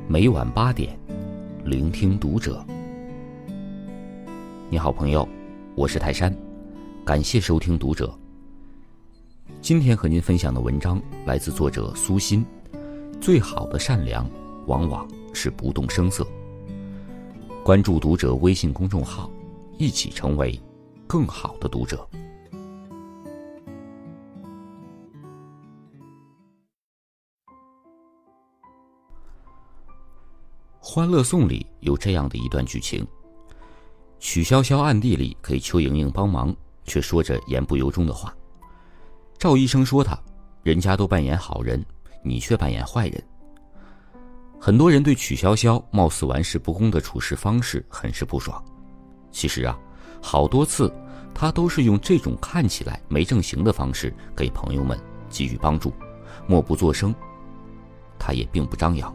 每晚8点，聆听读者。你好朋友，我是泰山，感谢收听读者。今天和您分享的文章来自作者苏欣。最好的善良往往是不动声色。关注读者微信公众号，一起成为更好的读者。欢乐颂里有这样的一段剧情，曲筱绡暗地里给邱莹莹帮忙，却说着言不由衷的话。赵医生说他，人家都扮演好人，你却扮演坏人。很多人对曲筱绡貌似玩世不恭的处事方式很是不爽。其实啊，好多次他都是用这种看起来没正形的方式给朋友们给予帮助，默不作声，他也并不张扬。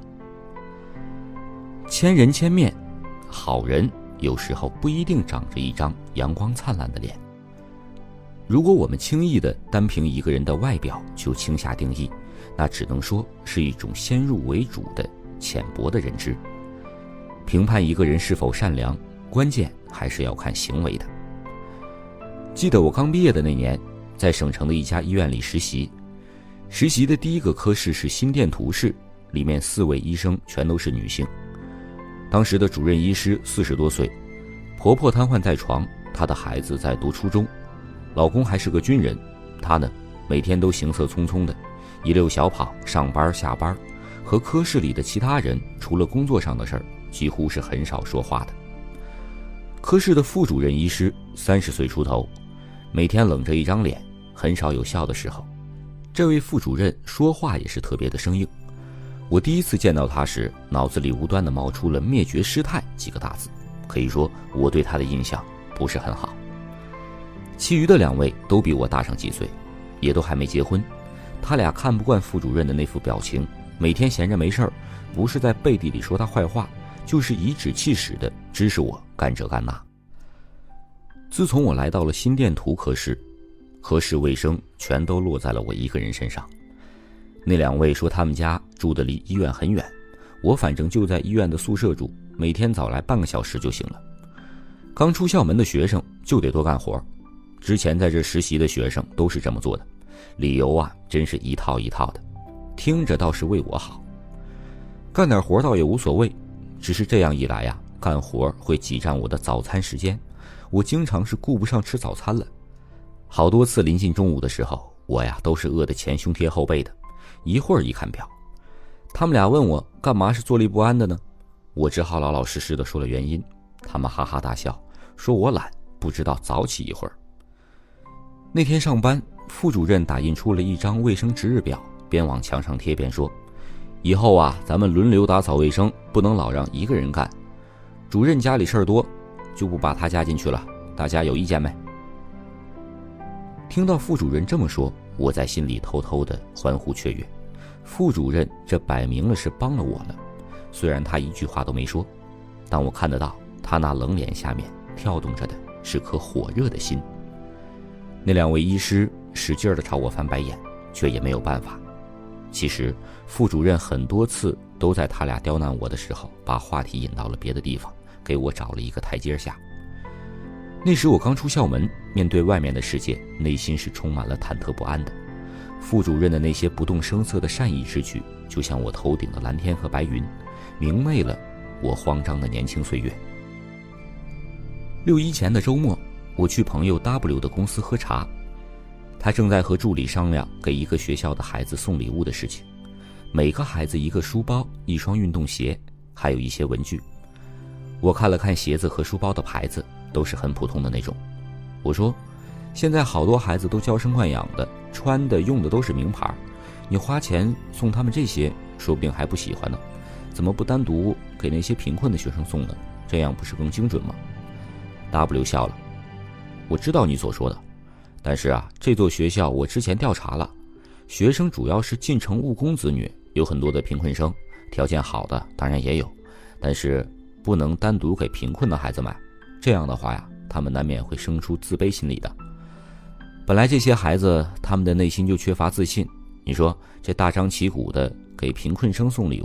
千人千面，好人有时候不一定长着一张阳光灿烂的脸。如果我们轻易地单凭一个人的外表就轻下定义，那只能说是一种先入为主的浅薄的认知。评判一个人是否善良，关键还是要看行为的。记得我刚毕业的那年，在省城的一家医院里实习的第一个科室是心电图室，里面4位医生全都是女性。当时的主任医师40多岁，婆婆瘫痪在床，她的孩子在读初中，老公还是个军人。她呢，每天都行色匆匆的一溜小跑，上班下班，和科室里的其他人除了工作上的事儿，几乎是很少说话的。科室的副主任医师30岁出头，每天冷着一张脸，很少有笑的时候。这位副主任说话也是特别的生硬。我第一次见到他时，脑子里无端地冒出了灭绝师太几个大字，可以说我对他的印象不是很好。其余的2位都比我大上几岁，也都还没结婚。他俩看不惯副主任的那副表情，每天闲着没事儿，不是在背地里说他坏话，就是颐指气使的指使我干这干那。自从我来到了心电图科室，科室卫生全都落在了我一个人身上。那2位说他们家住的离医院很远，我反正就在医院的宿舍住，每天早来半个小时就行了。刚出校门的学生就得多干活，之前在这实习的学生都是这么做的，理由啊真是一套一套的，听着倒是为我好。干点活倒也无所谓，只是这样一来呀，干活会挤占我的早餐时间，我经常是顾不上吃早餐了。好多次临近中午的时候，我呀都是饿得前胸贴后背的，一会儿一看表。他们俩问我干嘛是坐立不安的呢，我只好老老实实的说了原因。他们哈哈大笑，说我懒，不知道早起一会儿。那天上班，副主任打印出了一张卫生值日表，边往墙上贴边说，以后啊咱们轮流打扫卫生，不能老让一个人干。主任家里事儿多，就不把他加进去了，大家有意见没？听到副主任这么说，我在心里偷偷的欢呼雀跃。副主任这摆明了是帮了我了，虽然他一句话都没说，但我看得到他那冷脸下面跳动着的是颗火热的心。那2位医师使劲的朝我翻白眼，却也没有办法。其实副主任很多次都在他俩刁难我的时候，把话题引到了别的地方，给我找了一个台阶下。那时我刚出校门，面对外面的世界，内心是充满了忐忑不安的。副主任的那些不动声色的善意之举，就像我头顶的蓝天和白云，明媚了我慌张的年轻岁月。6一前的周末，我去朋友 W 的公司喝茶，他正在和助理商量给一个学校的孩子送礼物的事情，每个孩子一个书包、一双运动鞋，还有一些文具。我看了看鞋子和书包的牌子，都是很普通的那种。我说，现在好多孩子都娇生惯养的，穿的用的都是名牌，你花钱送他们这些，说不定还不喜欢呢，怎么不单独给那些贫困的学生送呢？这样不是更精准吗？ W 笑了，我知道你所说的，但是啊，这座学校我之前调查了，学生主要是进城务工子女，有很多的贫困生，条件好的当然也有，但是不能单独给贫困的孩子买，这样的话呀，他们难免会生出自卑心理的。本来这些孩子他们的内心就缺乏自信，你说这大张旗鼓的给贫困生送礼物，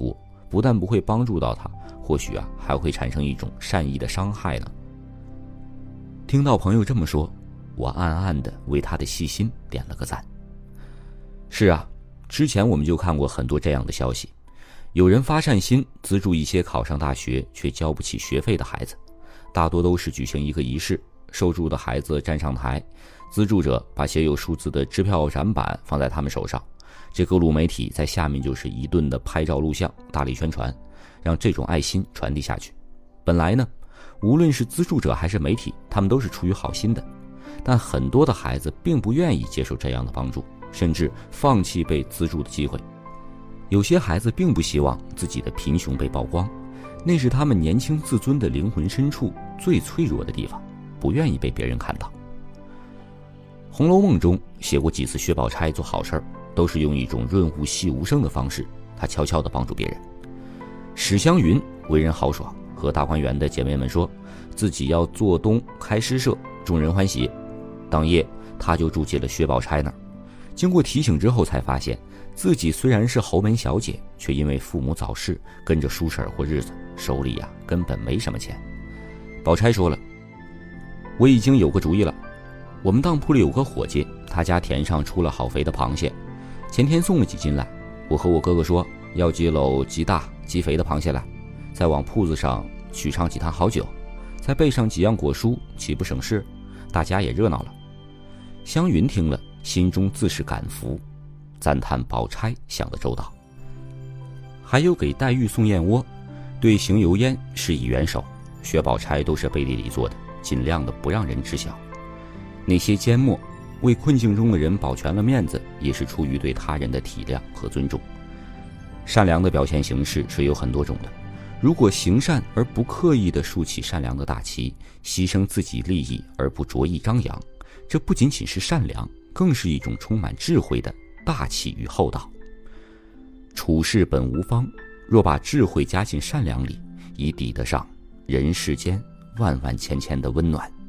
不但不会帮助到他，或许还会产生一种善意的伤害呢。听到朋友这么说，我暗暗地为他的细心点了个赞。是啊，之前我们就看过很多这样的消息，有人发善心资助一些考上大学却交不起学费的孩子，大多都是举行一个仪式，受助的孩子站上台，资助者把写有数字的支票展板放在他们手上，这各路媒体在下面就是一顿的拍照录像，大力宣传，让这种爱心传递下去。本来呢，无论是资助者还是媒体，他们都是出于好心的，但很多的孩子并不愿意接受这样的帮助，甚至放弃被资助的机会。有些孩子并不希望自己的贫穷被曝光，那是他们年轻自尊的灵魂深处最脆弱的地方，不愿意被别人看到。《红楼梦》中写过几次薛宝钗做好事儿，都是用一种润物细无声的方式，她悄悄地帮助别人。史湘云为人豪爽，和大观园的姐妹们说自己要做东开诗社，众人欢喜。当夜她就住进了薛宝钗那儿，经过提醒之后才发现自己虽然是侯门小姐，却因为父母早逝，跟着叔婶儿过日子，手里根本没什么钱。宝钗说了，我已经有个主意了，我们当铺里有个伙计，他家田上出了好肥的螃蟹，前天送了几斤来，我和我哥哥说要几篓极大极肥的螃蟹来，再往铺子上许上几坛好酒，再备上几样果蔬，岂不省事？大家也热闹了。湘云听了，心中自是感服，赞叹宝钗想得周到。还有给黛玉送燕窝，对行油烟施以援手，薛宝钗都是背地里做的，尽量的不让人知晓。那些缄默为困境中的人保全了面子，也是出于对他人的体谅和尊重。善良的表现形式是有很多种的，如果行善而不刻意地竖起善良的大旗，牺牲自己利益而不着意张扬，这不仅仅是善良，更是一种充满智慧的大气与厚道。处事本无方，若把智慧加进善良里，已抵得上人世间万万千千的温暖。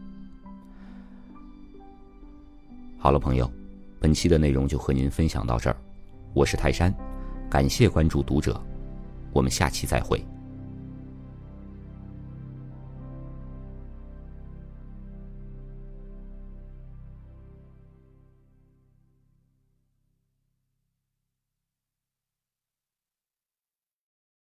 好了朋友，本期的内容就和您分享到这儿，我是泰山，感谢关注读者，我们下期再会。